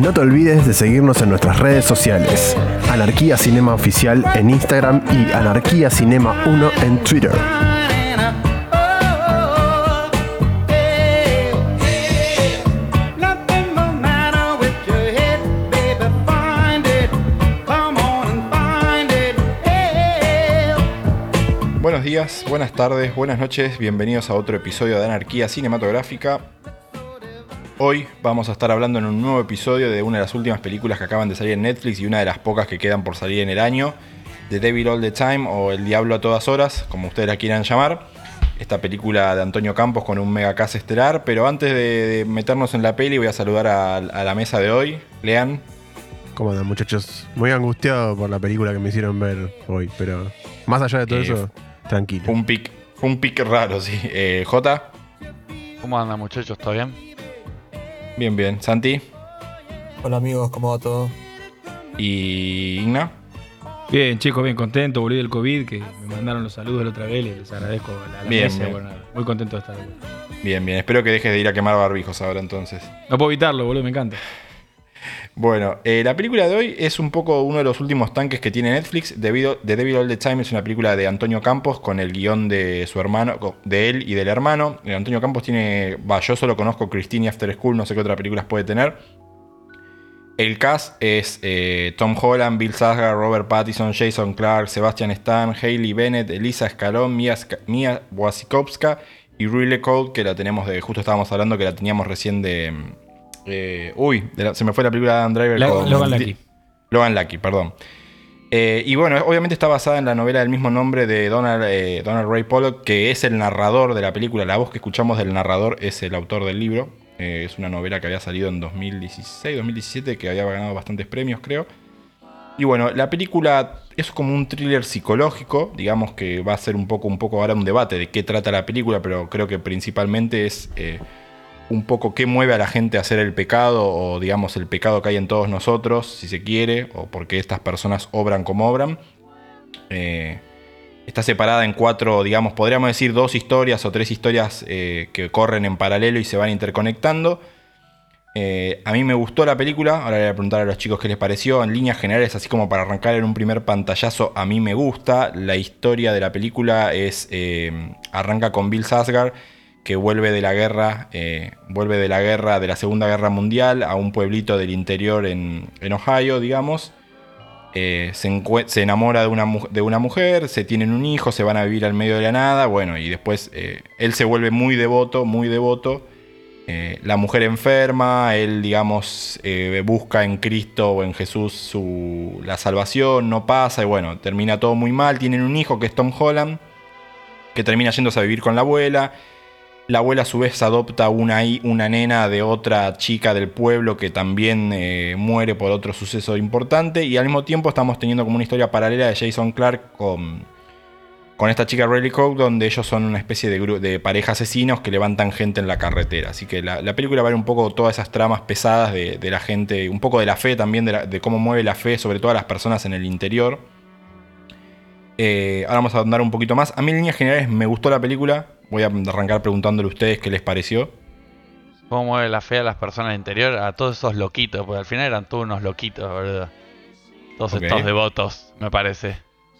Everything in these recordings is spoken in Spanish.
no te olvides de seguirnos en nuestras redes sociales. Anarquía Cinema Oficial en Instagram y Anarquía Cinema 1 en Twitter. Buenos días, buenas tardes, buenas noches, bienvenidos a otro episodio de Anarquía Cinematográfica. Hoy vamos a estar hablando en un nuevo episodio de una de las últimas películas que acaban de salir en Netflix y una de las pocas que quedan por salir en el año, The Devil All the Time o El Diablo a todas horas, como ustedes la quieran llamar. Esta película de Antonio Campos con un mega cast estelar, pero antes de meternos en la peli voy a saludar a la mesa de hoy. Lean. ¿Cómo andan, muchachos? Muy angustiado por la película que me hicieron ver hoy, pero más allá de todo eso, tranquilo. Un pick raro, sí. Jota. ¿Cómo andan, muchachos? ¿Todo bien? Bien, bien. Santi. Hola amigos, ¿cómo va todo? Y Igna. Bien, chicos, bien contento. Volví del COVID, que me mandaron los saludos la otra vez y les agradezco la bien, mesa. bien. Bueno, muy contento de estar aquí. Bien, bien. Espero que dejes de ir a quemar barbijos ahora entonces. No puedo evitarlo, boludo, me encanta. Bueno, la película de hoy es un poco uno de los últimos tanques que tiene Netflix. The Devil All the Time es una película de Antonio Campos con el guión de su hermano, de él y del hermano. Antonio Campos tiene, yo solo conozco Christine After School, no sé qué otras películas puede tener. El cast es Tom Holland, Bill Skarsgård, Robert Pattinson, Jason Clarke, Sebastian Stan, Hayley Bennett, Elisa Escalón, Mia Wasikowska y Riley Cole, que la tenemos justo estábamos hablando que la teníamos recién de... se me fue la película de Adam Driver. Logan Lucky. Logan Lucky, perdón. Y bueno, obviamente está basada en la novela del mismo nombre de Donald Ray Pollock, que es el narrador de la película. La voz que escuchamos del narrador es el autor del libro. Es una novela que había salido en 2016, 2017, que había ganado bastantes premios, creo. Y bueno, la película es como un thriller psicológico, digamos que va a ser un poco ahora un debate de qué trata la película, pero creo que principalmente es... un poco qué mueve a la gente a hacer el pecado, o digamos el pecado que hay en todos nosotros, si se quiere, o por qué estas personas obran como obran. Está separada en 4, digamos, podríamos decir 2 historias o 3 historias que corren en paralelo y se van interconectando. A mí me gustó la película, ahora le voy a preguntar a los chicos qué les pareció. En líneas generales, así como para arrancar en un primer pantallazo, a mí me gusta. La historia de la película arranca con Bill Skarsgård, que vuelve de la guerra de la Segunda Guerra Mundial a un pueblito del interior en Ohio, digamos. Se enamora de una mujer, se tienen un hijo, se van a vivir al medio de la nada, bueno, y después él se vuelve muy devoto. La mujer enferma, él, digamos, busca en Cristo o en Jesús la salvación, no pasa, y bueno, termina todo muy mal. Tienen un hijo que es Tom Holland, que termina yéndose a vivir con la abuela. La abuela a su vez adopta una nena de otra chica del pueblo que también muere por otro suceso importante. Y al mismo tiempo estamos teniendo como una historia paralela de Jason Clarke con esta chica Riley Cole, donde ellos son una especie de pareja asesinos que levantan gente en la carretera. Así que la película va a ver un poco todas esas tramas pesadas de la gente, un poco de la fe también, de cómo mueve la fe, sobre todo a las personas en el interior. Ahora vamos a andar un poquito más. A mí en líneas generales me gustó la película. Voy a arrancar preguntándole a ustedes qué les pareció. ¿Cómo mueve la fe a las personas del interior? A todos esos loquitos, porque al final eran todos unos loquitos, ¿verdad? Todos estos devotos, me parece.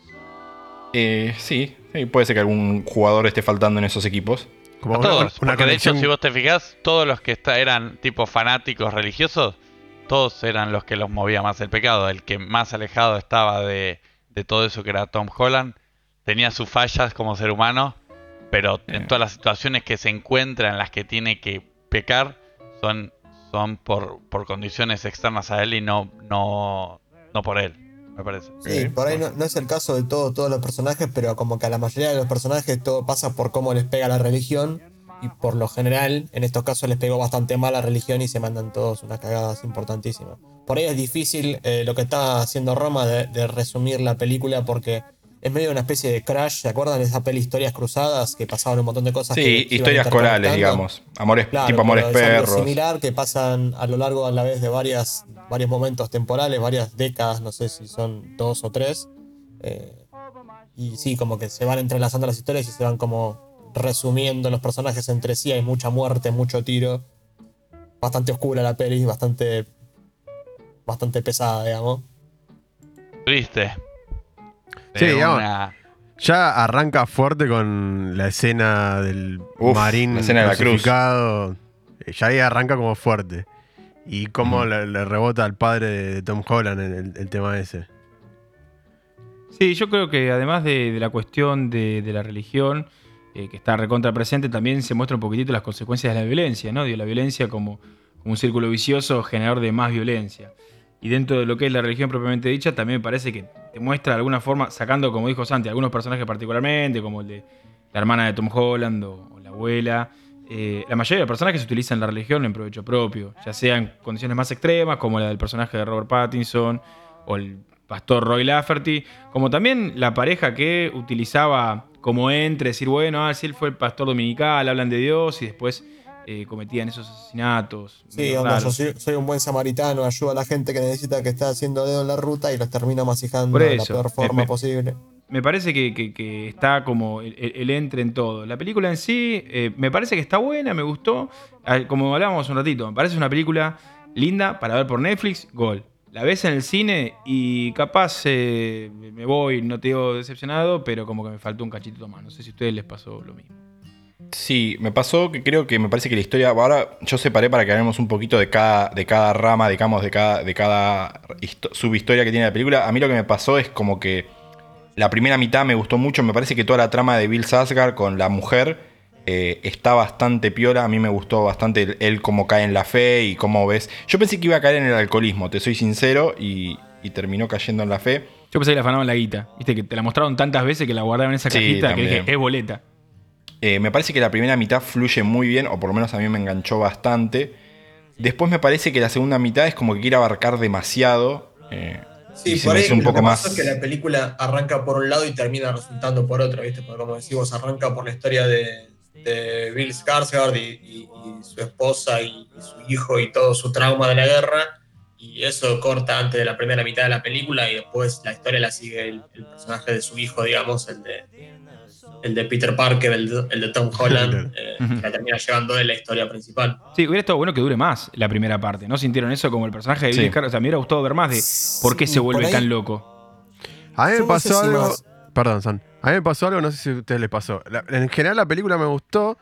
Sí, puede ser que algún jugador esté faltando en esos equipos. Como a todos, porque de hecho, si vos te fijás, todos los que eran tipo fanáticos religiosos, todos eran los que los movía más el pecado. El que más alejado estaba de todo eso que era Tom Holland, tenía sus fallas como ser humano, pero en todas las situaciones que se encuentra en las que tiene que pecar son por condiciones externas a él y no por él, me parece. Sí, por ahí no es el caso de todos los personajes, pero como que a la mayoría de los personajes todo pasa por cómo les pega la religión, y por lo general en estos casos les pegó bastante mal la religión y se mandan todos unas cagadas importantísimas. Por ahí es difícil lo que está haciendo Roma de resumir la película, porque es medio una especie de Crash. ¿Se acuerdan de esa peli Historias Cruzadas? Que pasaban un montón de cosas. Sí, historias corales, digamos. Tipo Amores Perros. Es algo similar, que pasan a lo largo a la vez de varios momentos temporales, varias décadas, no sé si son 2 o 3. Y sí, como que se van entrelazando las historias y se van como resumiendo los personajes entre sí. Hay mucha muerte, mucho tiro. Bastante oscura la peli, bastante bastante pesada, digamos. Triste. Sí, digamos, ya arranca fuerte con la escena del marín la escena de la cruz. crucificado. Ya ahí arranca como fuerte. Y cómo le rebota al padre de Tom Holland en el tema ese. Sí, yo creo que además de la cuestión de la religión, que está recontra presente, también se muestra un poquitito las consecuencias de la violencia, ¿no? La violencia como un círculo vicioso generador de más violencia. Y dentro de lo que es la religión propiamente dicha, también me parece que te muestra de alguna forma, sacando, como dijo Santi, algunos personajes particularmente, como el de la hermana de Tom Holland o la abuela. La mayoría de los personajes utilizan la religión en provecho propio, ya sea en condiciones más extremas, como la del personaje de Robert Pattinson o el pastor Roy Lafferty, como también la pareja que utilizaba como decir, bueno, si él fue el pastor dominical, hablan de Dios y después cometían esos asesinatos. Sí, onda, yo soy un buen samaritano, ayudo a la gente que necesita, que está haciendo dedo en la ruta y los termina masijando de la peor forma posible. Me parece que está como el entre en todo. La película en sí me parece que está buena, me gustó. Como hablábamos un ratito, me parece una película linda para ver por Netflix, gol. La ves en el cine y capaz me voy, no te digo decepcionado, pero como que me faltó un cachito más. No sé si a ustedes les pasó lo mismo. Sí, me pasó que creo que me parece que la historia. Ahora yo separé para que hablemos un poquito de cada rama, digamos, de cada subhistoria que tiene la película. A mí lo que me pasó es como que la primera mitad me gustó mucho. Me parece que toda la trama de Bill Skarsgård con la mujer está bastante piola. A mí me gustó bastante él cómo cae en la fe y cómo ves. Yo pensé que iba a caer en el alcoholismo, te soy sincero, y terminó cayendo en la fe. Yo pensé que le afanaban la guita. Viste que te la mostraron tantas veces que la guardaron en esa cajita que dije, es boleta. Me parece que la primera mitad fluye muy bien, o por lo menos a mí me enganchó bastante. Después me parece que la segunda mitad es como que quiere abarcar demasiado. Sí, por ahí un poco más. Lo que pasa es que la película arranca por un lado y termina resultando por otro, ¿viste? Porque como decimos, arranca por la historia de Bill Skarsgård y su esposa y su hijo y todo su trauma de la guerra. Y eso corta antes de la primera mitad de la película y después la historia la sigue el personaje de su hijo, digamos, el de Peter Parker, el de Tom Holland, que la termina llevando en la historia principal. Sí, hubiera estado bueno que dure más la primera parte. ¿No sintieron eso como el personaje de Bill Skarsgård? O sea, me hubiera gustado ver más de por qué se vuelve tan loco. A mí me pasó algo. Perdón, San. A mí me pasó algo, no sé si a ustedes les pasó. En general la película me gustó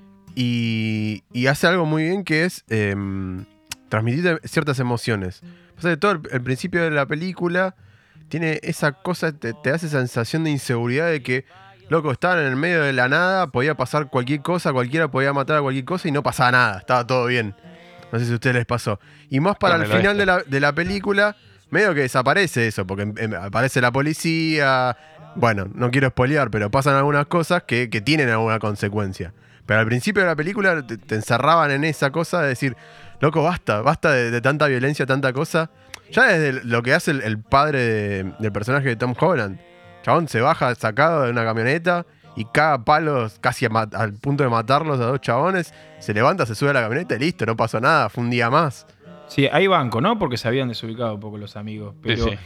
y hace algo muy bien que es transmitir ciertas emociones. O sea, todo el principio de la película tiene esa cosa, te hace esa sensación de inseguridad de que loco, estaban en el medio de la nada, podía pasar cualquier cosa, cualquiera podía matar a cualquier cosa y no pasaba nada, estaba todo bien. No sé si a ustedes les pasó. Y más para el final de la película, medio que desaparece eso, porque aparece la policía. Bueno, no quiero spoilear, pero pasan algunas cosas que tienen alguna consecuencia. Pero al principio de la película te encerraban en esa cosa de decir, loco, basta de tanta violencia, tanta cosa. Ya desde lo que hace el padre del personaje de Tom Holland. Chabón se baja sacado de una camioneta y caga palos casi al punto de matarlos a dos chabones. Se levanta, se sube a la camioneta y listo, no pasó nada, fue un día más. Sí, hay banco, ¿no? Porque se habían desubicado un poco los amigos. Pero sí.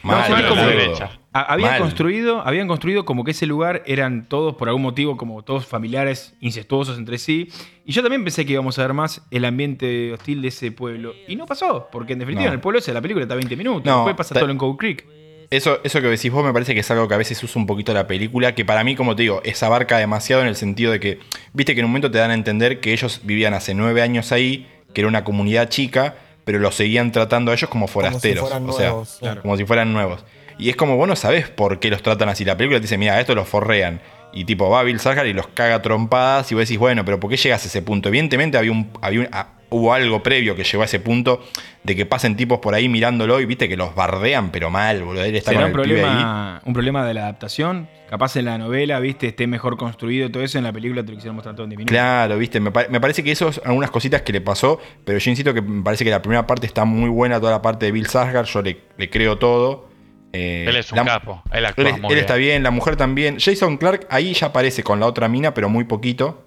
Habían construido como que ese lugar eran todos, por algún motivo, como todos familiares incestuosos entre sí. Y yo también pensé que íbamos a ver más el ambiente hostil de ese pueblo. Y no pasó, porque en definitiva en el pueblo ese de la película está 20 minutos. Después pasa todo en Cold Creek. Eso que decís vos me parece que es algo que a veces usa un poquito la película, que para mí, como te digo, abarca demasiado en el sentido de que, viste que en un momento te dan a entender que ellos vivían hace 9 años ahí, que era una comunidad chica, pero los seguían tratando a ellos como forasteros, como si fueran nuevos. Y es como, vos no sabés por qué los tratan así. La película te dice, mira, esto los forrean. Y tipo, va Bill Skarsgård y los caga trompadas y vos decís, bueno, pero ¿por qué llegas a ese punto? Evidentemente hubo algo previo que llegó a ese punto de que pasen tipos por ahí mirándolo y viste que los bardean, pero mal, boludo. Él está ¿será con el pibe ahí. un problema de la adaptación? Capaz en la novela, viste, esté mejor construido todo eso, en la película te lo quisieron mostrar todo en 10 minutos. Claro, viste, me parece que eso es algunas cositas que le pasó, pero yo insisto que me parece que la primera parte está muy buena, toda la parte de Bill Skarsgård, yo le creo todo. Él es un capo, él actúa muy bien. Él está bien, la mujer también. Jason Clarke ahí ya aparece con la otra mina, pero muy poquito.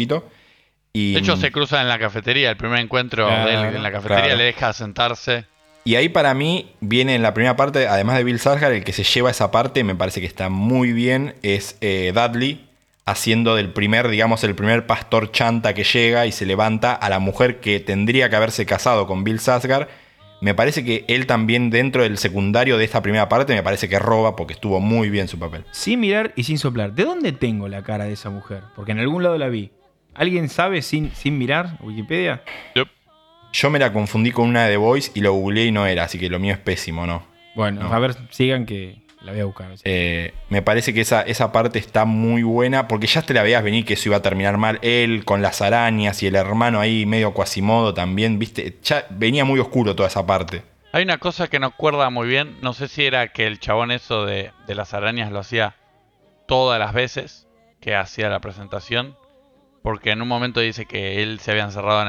Y, de hecho, se cruzan en la cafetería. El primer encuentro de él en la cafetería le deja sentarse. Y ahí para mí viene en la primera parte, además de Bill Skarsgård, el que se lleva esa parte, me parece que está muy bien, es Dudley, haciendo el primer pastor chanta que llega y se levanta a la mujer que tendría que haberse casado con Bill Skarsgård, Me parece que él también dentro del secundario de esta primera parte me parece que roba porque estuvo muy bien su papel. Sin mirar y sin soplar. ¿De dónde tengo la cara de esa mujer? Porque en algún lado la vi. ¿Alguien sabe sin mirar Wikipedia? Yo me la confundí con una de The Voice y lo googleé y no era, así que lo mío es pésimo, ¿no? Bueno, No. a ver, sigan que la voy a buscar. Me parece que esa parte está muy buena porque ya te la veías venir que eso iba a terminar mal. Él con las arañas y el hermano ahí medio Quasimodo también, ¿viste? Ya venía muy oscuro toda esa parte. Hay una cosa que no acuerda muy bien. No sé si era que el chabón eso de las arañas lo hacía todas las veces que hacía la presentación. Porque en un momento dice que él se había encerrado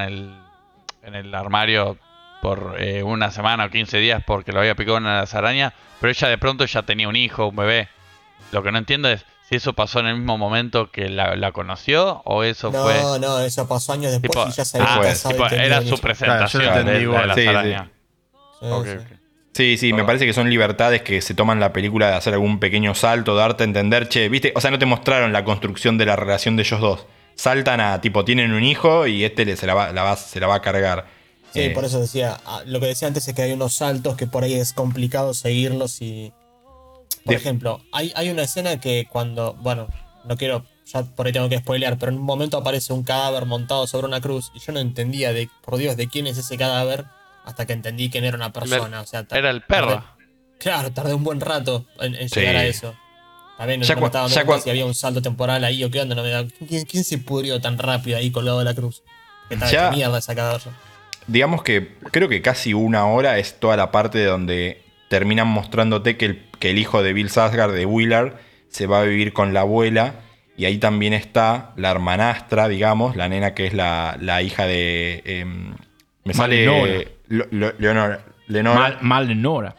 en el armario por una semana o 15 días porque lo había picado una de las arañas, pero ella de pronto ya tenía un hijo, un bebé. Lo que no entiendo es si eso pasó en el mismo momento que la conoció o eso fue... No, eso pasó años después Tipo, y ya se había casado y tenía era un su hijo. presentación Claro, yo lo entendí de las igual. Sí, arañas. Sí, Ok, sí. ok. Sí, me parece que son libertades que se toman la película de hacer algún pequeño salto, darte a entender, che, ¿viste? O sea, no te mostraron la construcción de la relación de ellos dos. Saltan a, tipo, tienen un hijo y se la va a cargar. Sí, por eso decía, lo que decía antes es que hay unos saltos que por ahí es complicado seguirlos y... Por ejemplo, hay una escena que cuando, bueno, no quiero, ya por ahí tengo que spoilear, pero en un momento aparece un cadáver montado sobre una cruz y yo no entendía por Dios, de quién es ese cadáver hasta que entendí que no era una persona. O sea, Era el perro. Tardé un buen rato en llegar a eso. También no me estaba dando cuenta si había un salto temporal ahí o qué onda, no me da... ¿Quién se pudrió tan rápido ahí colgado de la cruz? ¿Qué tal mierda esa cadáver? Digamos que creo que casi una hora es toda la parte donde terminan mostrándote que el hijo de Bill Skarsgård, de Willard, se va a vivir con la abuela. Y ahí también está la hermanastra, digamos, la nena que es la hija de... me sale Leonora. Malnora.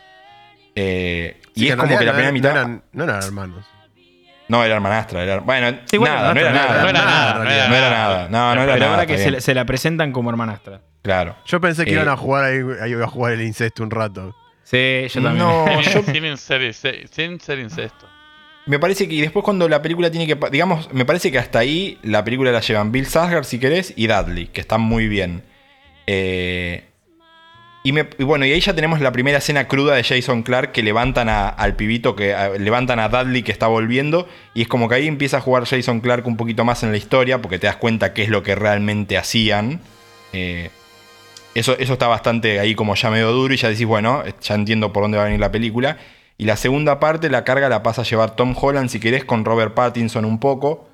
Y es como que la primera mitad... No eran hermanos. No, era hermanastra. Bueno, Sí, bueno, nada, no era nada. No era nada. No era nada. No era Pero nada. ahora que está bien. se la presentan como hermanastra. Claro. Yo pensé que iban a jugar ahí iba a jugar el incesto un rato. Sí, yo también. No, Sin ser incesto. me parece que y después cuando la película tiene que... Digamos, me parece que hasta ahí la película la llevan Bill Skarsgård, si querés, y Dudley, que están muy bien. Y bueno, y ahí ya tenemos la primera escena cruda de Jason Clarke que levantan al pibito, levantan a Dudley que está volviendo. Y es como que ahí empieza a jugar Jason Clarke un poquito más en la historia porque te das cuenta qué es lo que realmente hacían. Eso está bastante ahí como ya medio duro y ya decís, bueno, ya entiendo por dónde va a venir la película. Y la segunda parte, la carga la pasa a llevar Tom Holland, si querés, con Robert Pattinson un poco.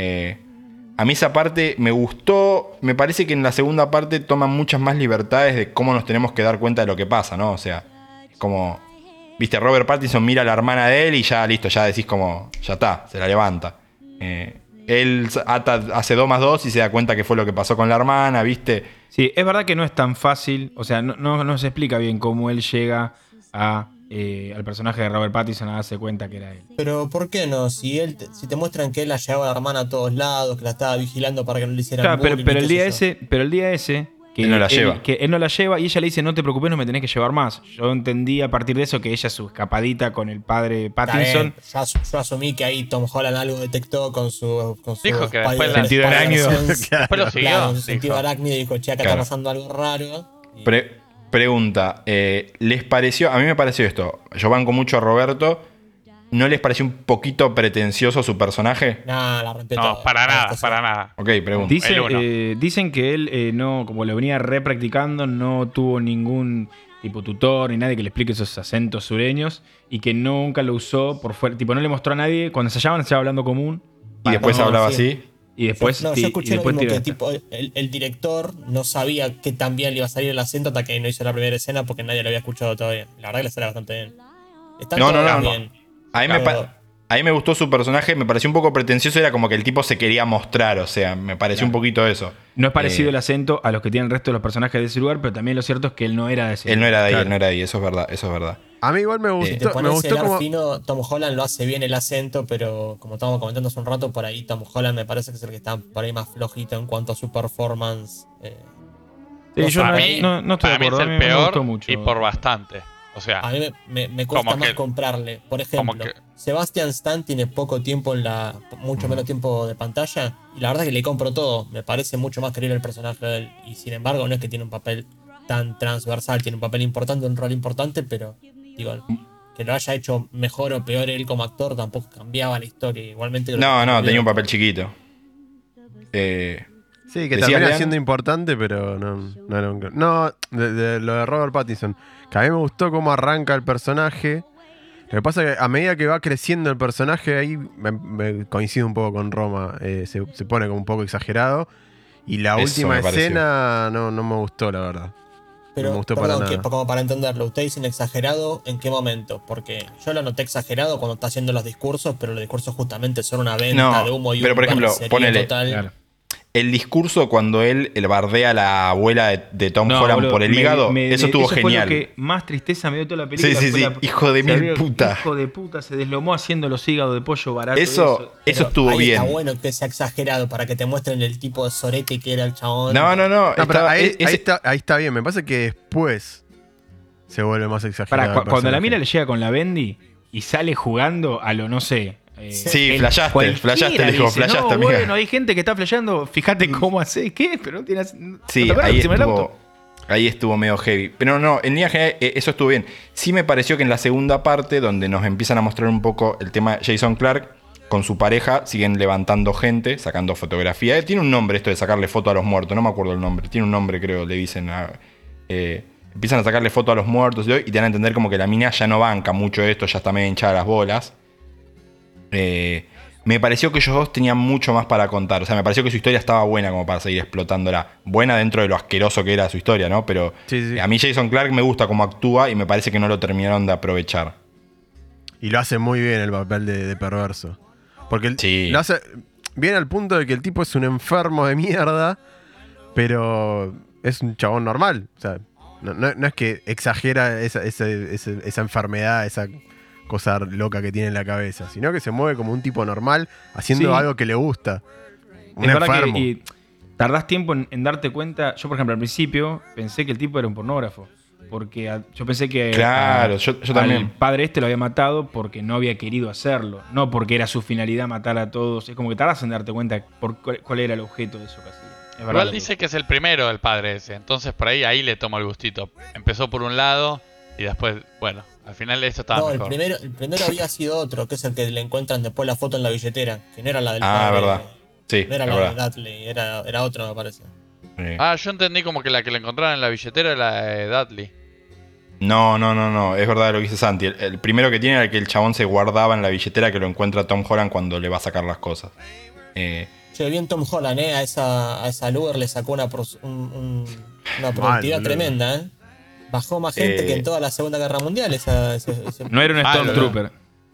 A mí esa parte me gustó. Me parece que en la segunda parte toman muchas más libertades de cómo nos tenemos que dar cuenta de lo que pasa, ¿no? O sea, como... Viste, Robert Pattinson mira a la hermana de él y ya, listo, ya decís como... Ya está, se la levanta. Él hace 2 más 2 y se da cuenta que fue lo que pasó con la hermana, ¿viste? Sí, es verdad que no es tan fácil. O sea, no se explica bien cómo él llega al personaje de Robert Pattinson a darse cuenta que era él. Pero ¿por qué no? Si te muestran que él la llevaba a la hermana a todos lados, que la estaba vigilando para que no le hicieran Claro, bullying, pero el qué día sé yo. ese que Él no la lleva. Que él no la lleva y ella le dice, no te preocupes, no me tenés que llevar más. Yo entendí a partir de eso que ella su escapadita con el padre Está Pattinson. bien, yo asumí que ahí Tom Holland algo detectó con su Dijo que después Spider- sentido arácnido. Spider-Sense. Después lo siguió. Claro, su dijo. sentido arácnido dijo, che, acá Claro. está pasando algo raro. Y- Pregunta, ¿les pareció? A mí me pareció esto. Yo banco mucho a Roberto. ¿No les pareció un poquito pretencioso su personaje? Nah, la rompió No, toda. para nada, Entonces, para nada. Ok, pregunta. Dice, El uno. dicen que él no, como lo venía repracticando, no tuvo ningún tipo tutor ni nadie que le explique esos acentos sureños y que nunca lo usó por fuera. Tipo, no le mostró a nadie. Cuando ensayaban, estaba hablando común. Y después no, hablaba sí. así. Y después, yo y escuché lo después mismo, tiró que esta. tipo, el director no sabía que tan bien le iba a salir el acento hasta que no hizo la primera escena porque nadie lo había escuchado todavía. La verdad que le sale bastante bien. Están No, todos no, bien. A mí me gustó su personaje, me pareció un poco pretencioso, era como que el tipo se quería mostrar, o sea, me pareció un poquito eso. No es parecido el acento a los que tienen el resto de los personajes de ese lugar, pero también lo cierto es que él no era de ese Él no era de ahí, Claro. él no era de ahí, eso es verdad. A mí igual me Si te gustó, me pones gustó el como... fino, Tom Holland lo hace bien el acento, pero como estábamos comentando hace un rato, por ahí Tom Holland me parece que es el que está por ahí más flojito en cuanto a su performance. Sí, yo Para no, mí, no estoy de para mí es acuerdo. A el mí me peor gustó mucho. y por bastante. O sea, A mí me cuesta Como más que- comprarle. Por ejemplo, como que- Sebastian Stan tiene poco tiempo mucho menos tiempo de pantalla, y la verdad que le compro todo. Me parece mucho más creíble el personaje de él, y sin embargo no es que tiene un papel tan transversal, tiene un papel importante, un rol importante, pero digo, que lo haya hecho mejor o peor él como actor tampoco cambiaba la historia. Igualmente No, tenía un papel chiquito. Sí, que termina siendo importante, pero no era un... No, de lo de Robert Pattinson, que a mí me gustó cómo arranca el personaje. Lo que pasa es que a medida que va creciendo el personaje, ahí me coincido un poco con Roma. Se pone como un poco exagerado. Y la última escena no me gustó, la verdad. Pero, no me gustó perdón, para nada. como para entenderlo, ¿ustedes dicen exagerado en qué momento? Porque yo lo noté exagerado cuando está haciendo los discursos, pero los discursos justamente son una venta de humo y pero por ejemplo, ponele total. Claro. El discurso cuando él bardea a la abuela de Tom Holland, boludo, por el hígado, eso estuvo genial. Fue lo que más tristeza me dio toda la película. Sí. Hijo de mil puta. Hijo de puta, se deslomó haciendo los hígados de pollo barato. Eso estuvo ahí bien. Está bueno que sea exagerado para que te muestren el tipo de sorete que era el chabón. No. Pero ahí está bien. Me pasa que después se vuelve más exagerado. Cuando la mina le llega con la Bendy y sale jugando a lo no sé. Sí, flashaste, dijo, flashaste, no, amiga. Bueno, hay gente que está flasheando, fíjate cómo hace, ¿qué? Pero no tiene... Sí, ahí estuvo medio heavy. Pero no, en línea general eso estuvo bien. Sí me pareció que en la segunda parte, donde nos empiezan a mostrar un poco el tema de Jason Clarke, con su pareja, siguen levantando gente, sacando fotografía. Tiene un nombre esto de sacarle foto a los muertos, no me acuerdo el nombre. Tiene un nombre, creo, le dicen. Empiezan a sacarle foto a los muertos y te dan a entender como que la mina ya no banca mucho esto, ya está medio hinchada las bolas. Me pareció que ellos dos tenían mucho más para contar. O sea, me pareció que su historia estaba buena como para seguir explotándola. Buena dentro de lo asqueroso que era su historia, ¿no? Pero sí. A mí Jason Clarke me gusta cómo actúa y me parece que no lo terminaron de aprovechar. Y lo hace muy bien el papel de perverso. Porque sí. Lo hace bien al punto de que el tipo es un enfermo de mierda, pero es un chabón normal. O sea, no es que exagera esa enfermedad, esa cosa loca que tiene en la cabeza, sino que se mueve como un tipo normal haciendo algo que le gusta. Un enfermo. Y tardás tiempo en darte cuenta. Yo, por ejemplo, al principio pensé que el tipo era un pornógrafo. Porque yo pensé que yo también. Al padre lo había matado porque no había querido hacerlo. No porque era su finalidad matar a todos. Es como que tardás en darte cuenta cuál era el objeto de su castigo. Igual dice que es el primero el padre ese. Entonces por ahí le tomó el gustito. Empezó por un lado y después, bueno, al final eso estaba mejor. El primero había sido otro, que es el que le encuentran después la foto en la billetera. Que no era la del padre. Verdad. Sí, no era la de Dudley, era otro, me parece. Sí. Yo entendí como que la que le encontraron en la billetera era la de Dudley. No, es verdad lo que dice Santi. El primero que tiene era el que el chabón se guardaba en la billetera, que lo encuentra Tom Holland cuando le va a sacar las cosas. Che, bien Tom Holland, a esa Luger le sacó una productividad tremenda, Bajó más gente que en toda la Segunda Guerra Mundial. No era un Stormtrooper.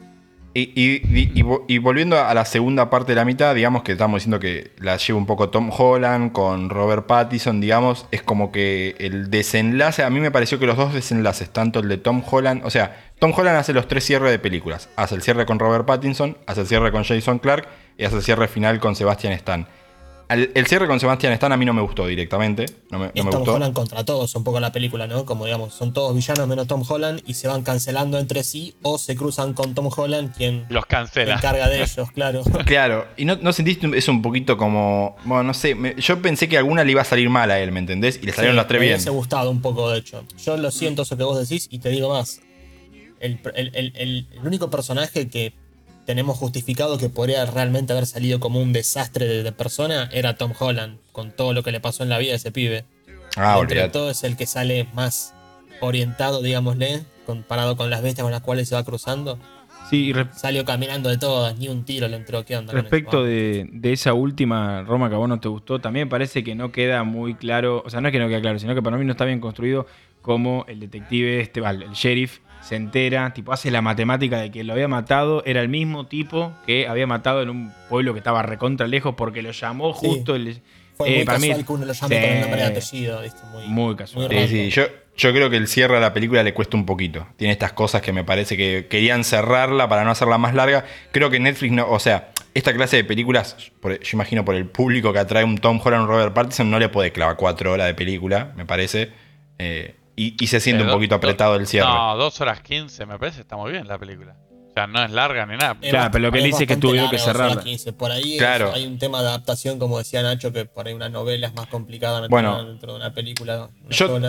Y volviendo a la segunda parte de la mitad, digamos que estamos diciendo que la lleva un poco Tom Holland con Robert Pattinson, digamos, es como que el desenlace, a mí me pareció que los dos desenlaces, tanto el de Tom Holland, o sea, Tom Holland hace los 3 cierres de películas, hace el cierre con Robert Pattinson, hace el cierre con Jason Clarke y hace el cierre final con Sebastian Stan. El cierre con Sebastian Stan a mí no me gustó directamente. No me Tom gustó. Holland contra todos, un poco la película, ¿no? Como digamos, son todos villanos menos Tom Holland y se van cancelando entre sí o se cruzan con Tom Holland, quien los cancela. Se encarga de ellos, claro. Claro, y no sentiste eso un poquito como. Bueno, no sé, yo pensé que alguna le iba a salir mal a él, ¿me entendés? Y le salieron las 3 bien. Me hubiese gustado un poco, de hecho. Yo lo siento eso que vos decís y te digo más. El único personaje que tenemos justificado que podría realmente haber salido como un desastre de persona era Tom Holland, con todo lo que le pasó en la vida a ese pibe. Entre todo es el que sale más orientado, digámosle, comparado con las bestias con las cuales se va cruzando. Sí, salió caminando de todas, ni un tiro le entró. ¿Qué onda? Respecto de esa última, Roma, que a vos no te gustó, también parece que no queda muy claro, o sea, no es que no queda claro, sino que para mí no está bien construido como el detective, el sheriff, se entera, tipo hace la matemática de que lo había matado, era el mismo tipo que había matado en un pueblo que estaba recontra lejos porque lo llamó justo. Fue muy casual que uno lo llame con el nombre de apellido, ¿viste? Muy casual. Sí, yo creo que el cierre a la película le cuesta un poquito. Tiene estas cosas que me parece que querían cerrarla para no hacerla más larga. Creo que Netflix no, o sea, esta clase de películas, yo imagino por el público que atrae un Tom Holland, un Robert Pattinson, no le puede clavar 4 horas de película, me parece. Y se siente un poquito apretado el cierre. No, 2 horas 15, me parece, está muy bien la película. O sea, no es larga ni nada. Claro, pero lo que él dice es que tuvieron que cerrarla. 15. Por ahí claro. Hay un tema de adaptación, como decía Nacho, que por ahí una novela es más complicada bueno, dentro de una película.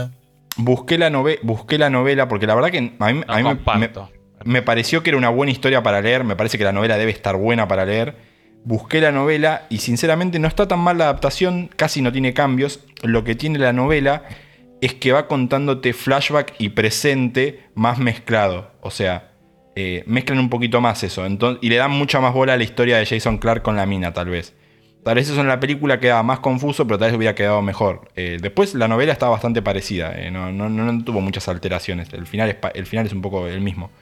busqué la novela porque la verdad que a mí me pareció que era una buena historia para leer. Me parece que la novela debe estar buena para leer. Busqué la novela y sinceramente no está tan mal la adaptación, casi no tiene cambios. Lo que tiene la novela es que va contándote flashback y presente más mezclado. O sea, mezclan un poquito más eso. Y le dan mucha más bola a la historia de Jason Clarke con la mina, tal vez. Tal vez eso en la película quedaba más confuso, pero tal vez hubiera quedado mejor. Después la novela estaba bastante parecida. No tuvo muchas alteraciones. El final es un poco el mismo.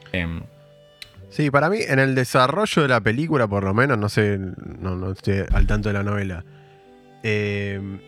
Sí, para mí, en el desarrollo de la película, por lo menos, no sé, no estoy al tanto de la novela. En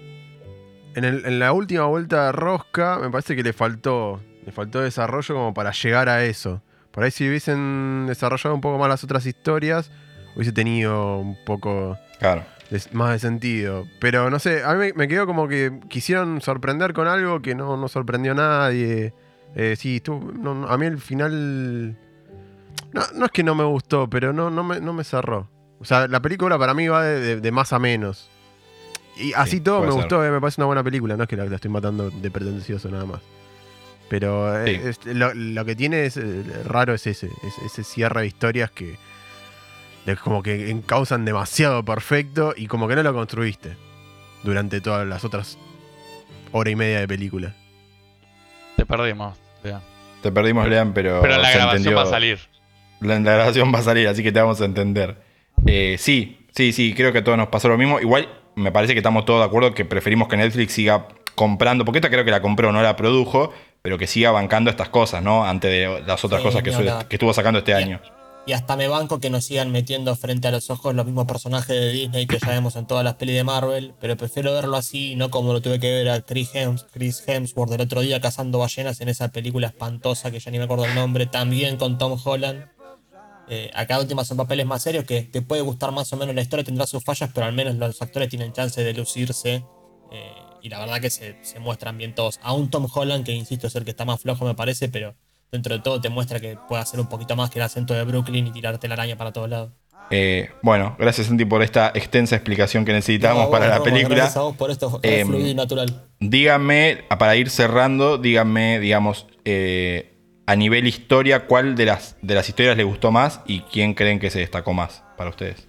la última vuelta de rosca, me parece que le faltó desarrollo como para llegar a eso. Por ahí, si hubiesen desarrollado un poco más las otras historias, hubiese tenido un poco más de sentido. Pero no sé, a mí me quedó como que quisieron sorprender con algo que no sorprendió a nadie. Sí, a mí el final. No es que no me gustó, pero no me cerró. O sea, la película para mí va de más a menos. Y así todo me gustó, me parece una buena película. No es que la estoy matando de pretencioso nada más. Pero lo que tiene es raro es ese cierre de historias que como que encausan demasiado perfecto y como que no lo construiste durante todas las otras hora y media de película. Te perdimos, Lean. Te perdimos, Lean, pero la grabación va a salir. La grabación va a salir, así que te vamos a entender. Sí, creo que a todos nos pasó lo mismo. Igual me parece que estamos todos de acuerdo que preferimos que Netflix siga comprando, porque esta creo que la compró, no la produjo, pero que siga bancando estas cosas, ¿no? Antes de las otras cosas que estuvo sacando este año. Y hasta me banco que nos sigan metiendo frente a los ojos los mismos personajes de Disney que ya vemos en todas las pelis de Marvel, pero prefiero verlo así, no como lo tuve que ver a Chris Hemsworth el otro día cazando ballenas en esa película espantosa que ya ni me acuerdo el nombre, también con Tom Holland. Acá últimas son papeles más serios que te puede gustar más o menos la historia, tendrá sus fallas, pero al menos los actores tienen chance de lucirse. Y la verdad que se muestran bien todos. Aún Tom Holland, que insisto es el que está más flojo me parece, pero dentro de todo te muestra que puede hacer un poquito más que el acento de Brooklyn y tirarte la araña para todos lados. Bueno, gracias Santi por esta extensa explicación que necesitábamos para la película. Gracias a vos por esto fluido y natural. Díganme, para ir cerrando, digamos, a nivel historia, ¿cuál de las historias les gustó más y quién creen que se destacó más para ustedes?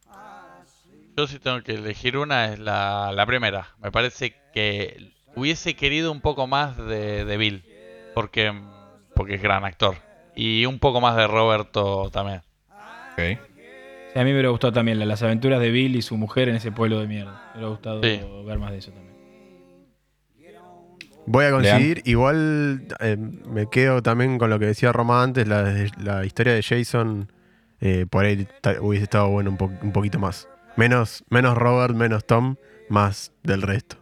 Yo si tengo que elegir una es la primera. Me parece que hubiese querido un poco más de Bill, porque es gran actor. Y un poco más de Roberto también. Okay. Sí, a mí me hubiera gustado también las aventuras de Bill y su mujer en ese pueblo de mierda. Me hubiera gustado ver más de eso también. Voy a coincidir, igual me quedo también con lo que decía Roma antes, la historia de Jason, por ahí hubiese estado bueno un poquito más. Menos Robert, menos Tom, más del resto.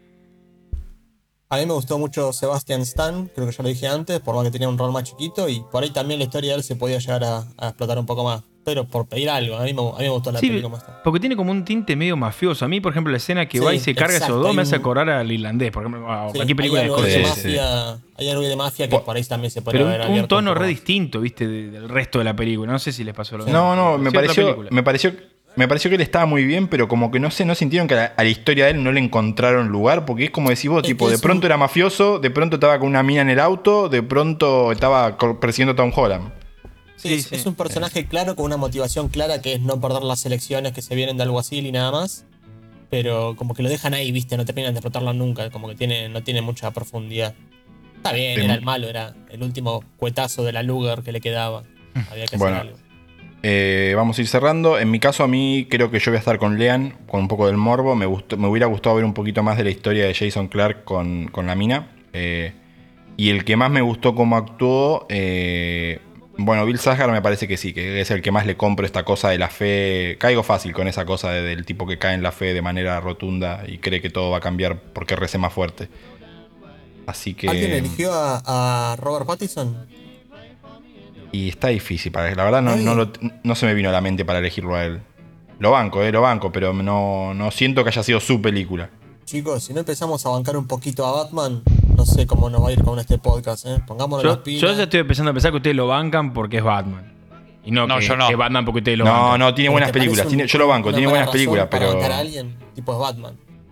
A mí me gustó mucho Sebastian Stan, creo que ya lo dije antes, por más que tenía un rol más chiquito y por ahí también la historia de él se podía llegar a explotar un poco más. Pero por pedir algo, a mí me gustó la película más. Porque tiene como un tinte medio mafioso. A mí, por ejemplo, la escena que va y se carga esos dos me hace acordar al irlandés. Por ejemplo, cualquier película de Scorsese. Hay algo de mafia que por ahí también se puede ver. Pero un tono re distinto, ¿viste? Del resto de la película. No sé si les pasó lo mismo. No, me pareció que él estaba muy bien, pero como que no sintieron que a la historia de él no le encontraron lugar, porque es como decís vos, tipo, de pronto era mafioso, de pronto estaba con una mina en el auto, de pronto estaba persiguiendo a Tom Holland. Sí. Es un personaje claro, con una motivación clara, que es no perder las elecciones que se vienen de alguacil y nada más. Pero como que lo dejan ahí, ¿viste? No terminan de explotarlo nunca, como que no tiene mucha profundidad. Está bien, era el malo, era el último cuetazo de la Luger que le quedaba. Había que hacer algo. Vamos a ir cerrando. En mi caso, a mí creo que yo voy a estar con Lean, con un poco del morbo. Me hubiera gustado ver un poquito más de la historia de Jason Clarke con la mina. Y el que más me gustó cómo actuó, Bill Skarsgård me parece que sí, que es el que más le compro esta cosa de la fe. Caigo fácil con esa cosa del tipo que cae en la fe de manera rotunda y cree que todo va a cambiar porque rece más fuerte. Así que... ¿Alguien eligió a Robert Pattinson? Y está difícil, la verdad no se me vino a la mente para elegirlo a él. Lo banco, pero no siento que haya sido su película. Chicos, si no empezamos a bancar un poquito a Batman, no sé cómo nos va a ir con este podcast, ¿eh? Pongámonos las pilas. Yo ya estoy empezando a pensar que ustedes lo bancan porque es Batman. Y no que es Batman porque ustedes lo bancan. No, tiene buenas películas. Yo lo banco, tiene buenas películas, pero... Para bancar a alguien, tipo es Batman.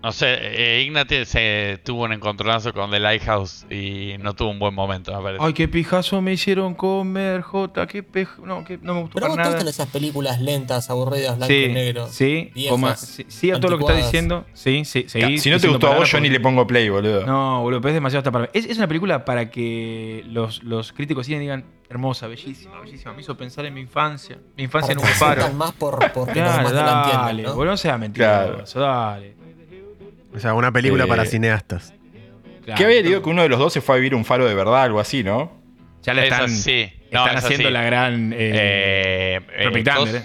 No sé, Ignatius se tuvo un encontronazo con The Lighthouse y no tuvo un buen momento, me parece. Ay, qué pijazo me hicieron comer, Jota, no me gustó Pero para vos te nada. gustan esas películas lentas, aburridas, blanco y negro. Sí, viejas, sí a todo lo que estás anticuadas. diciendo. Sí, Si no te gustó a vos, yo ni le pongo play, boludo. No, boludo, pero es demasiado hasta para mí. Es una película para que los críticos cine digan, hermosa, bellísima, bellísima. Me hizo pensar en mi infancia. Mi infancia en un faro. Más porque los Claro, demás no la dale, entienden, ¿no? boludo, no sea mentiroso, dale. O sea, una película para cineastas. Claro, ¿Qué había leído que uno de los dos se fue a vivir un faro de verdad, algo así, no? Ya le están, están haciendo la gran Tropic Thunder,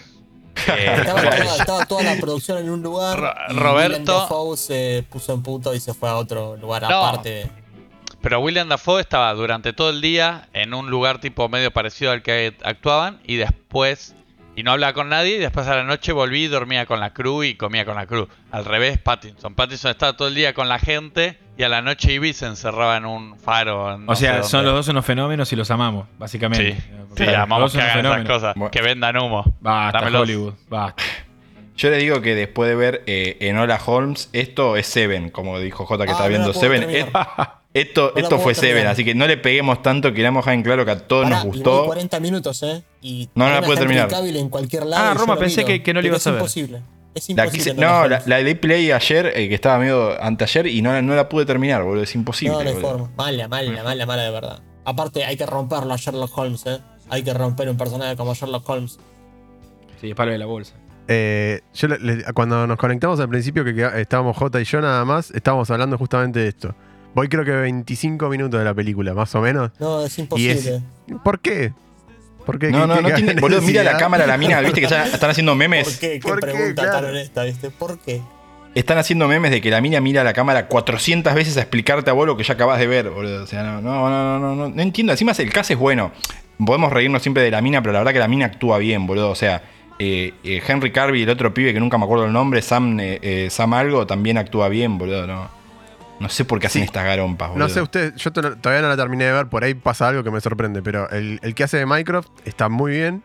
Estaba toda la producción en un lugar. Roberto. Willem Dafoe se puso en punto y se fue a otro lugar aparte. Pero Willem Dafoe estaba durante todo el día en un lugar tipo medio parecido al que actuaban y después. Y no hablaba con nadie y después a la noche volví y dormía con la crew y comía con la crew. Al revés, Pattinson. Pattinson estaba todo el día con la gente y a la noche Ivy se encerraba en un faro. O sea, son los dos unos fenómenos y los amamos, básicamente. Sí, amamos que hagan esas cosas, que vendan humo. Basta, Dámelos. Hollywood, basta. Yo le digo que después de ver Enola Holmes, esto es Seven, como dijo Jota que está no viendo la puedo Seven. terminar. Esto No la fue puedo Seven, terminar. así que no le peguemos tanto, queremos dejar en claro que a todos Pará, nos y voy gustó. 40 minutos, Y No, no la ponen a pude Henry terminar. Cavill en cualquier lado y Roma, yo lo pensé miro, que no lo pero ibas a ver. Es imposible. Es La imposible. quise- no, la de Play ayer, que estaba medio anteayer, y no la pude terminar, boludo. Es imposible. No hay boludo. forma. Mala de verdad. Aparte, hay que romperlo a Sherlock Holmes, Hay que romper un personaje como Sherlock Holmes. Sí, es palo de la bolsa. Yo cuando nos conectamos al principio, que estábamos Jota y yo nada más, estábamos hablando justamente de esto. Voy creo que 25 minutos de la película, más o menos. No, es imposible. ¿Por qué? ¿Por qué? No tiene. Boludo, mira la cámara, la mina, viste que ya están haciendo ¿Por memes. qué? ¿Qué ¿Por qué? pregunta Claro. tan honesta, viste? ¿Por qué? Están haciendo memes de que la mina mira la cámara 400 veces a explicarte a vos lo que ya acabas de ver, boludo. O sea, no entiendo. Encima el cast es bueno. Podemos reírnos siempre de la mina, pero la verdad que la mina actúa bien, boludo. O sea, Henry Cavill y el otro pibe que nunca me acuerdo el nombre, Sam algo, también actúa bien, boludo. No sé por qué hacen estas garompas, boludo. No sé usted, yo todavía no la terminé de ver, por ahí pasa algo que me sorprende, pero el que hace de Minecraft está muy bien,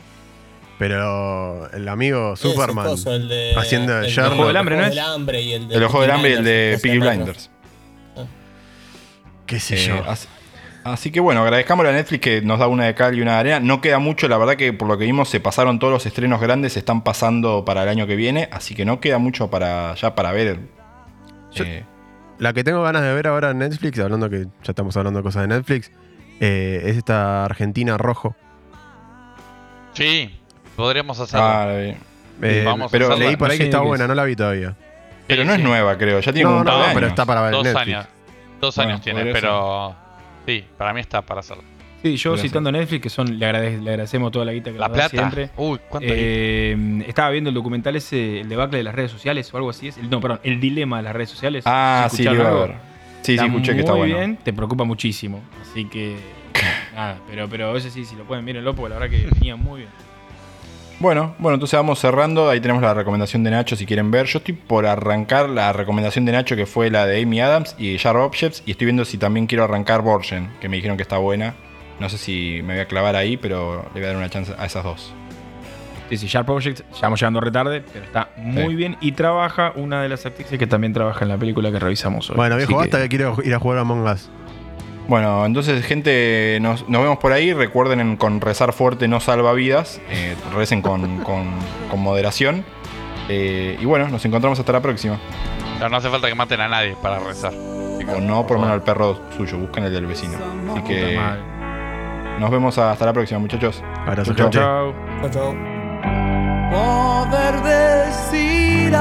pero el amigo Superman Ese coso, el de, haciendo de el Sherlock. Juego del Hambre, ¿no es? del Hambre y el de El Ojo del Hambre y el de Peaky Peaky Blinders. Blinders. qué sé yo. Así que bueno, agradezcamos a Netflix que nos da una de cal y una de arena. No queda mucho, la verdad que por lo que vimos se pasaron todos los estrenos grandes, se están pasando para el año que viene, así que no queda mucho para ver. Yo- La que tengo ganas de ver ahora en Netflix, hablando que ya estamos hablando de cosas de Netflix, es esta Argentina Rojo. Sí, podríamos hacerlo. Vamos a pero hacerla. leí por No ahí sé que está qué buena, es. no la vi todavía. Pero Sí, no es sí. nueva, creo, ya tiene No, un par de no, pero años. está para ver 2 Netflix. años. 2 Bueno, años tiene, podría pero sí, para mí está para hacerlo. Sí, yo Podría citando a Netflix, que le agradecemos toda la guita que La nos da plata. siempre. Uy, ¿cuánto? Estaba viendo el documental ese, el debacle de las redes sociales o algo así. El dilema de las redes sociales. Ah, ¿Sí sí, lo escucharon iba a algo? ver. Sí, escuché que está muy bueno. bien, te preocupa muchísimo. Así que, nada, pero ese sí, si lo pueden, mírenlo, porque la verdad que venía muy bien. Bueno, entonces vamos cerrando. Ahí tenemos la recomendación de Nacho si quieren ver. Yo estoy por arrancar la recomendación de Nacho que fue la de Amy Adams y Sharp Objects. Y estoy viendo si también quiero arrancar Borgen, que me dijeron que está buena. No sé si me voy a clavar ahí, pero le voy a dar una chance a esas dos. Sí, Sharp Project, ya vamos llegando retarde, pero está muy Sí. bien. Y trabaja una de las actrices que también trabaja en la película que revisamos hoy. Bueno, viejo, Así basta que quiero ir a jugar a Among Us. Bueno, entonces, gente, nos vemos por ahí. Recuerden con rezar fuerte no salva vidas. Recen con moderación. Y bueno, nos encontramos hasta la próxima. Pero no hace falta que maten a nadie para rezar. O no, por lo menos al perro suyo. Busquen el del vecino. Así Puta que madre. nos vemos hasta la próxima, muchachos. Abrazo, Chau, gente. Chao. Chau, chau. Poder decir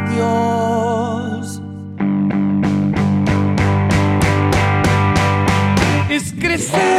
adiós es crecer.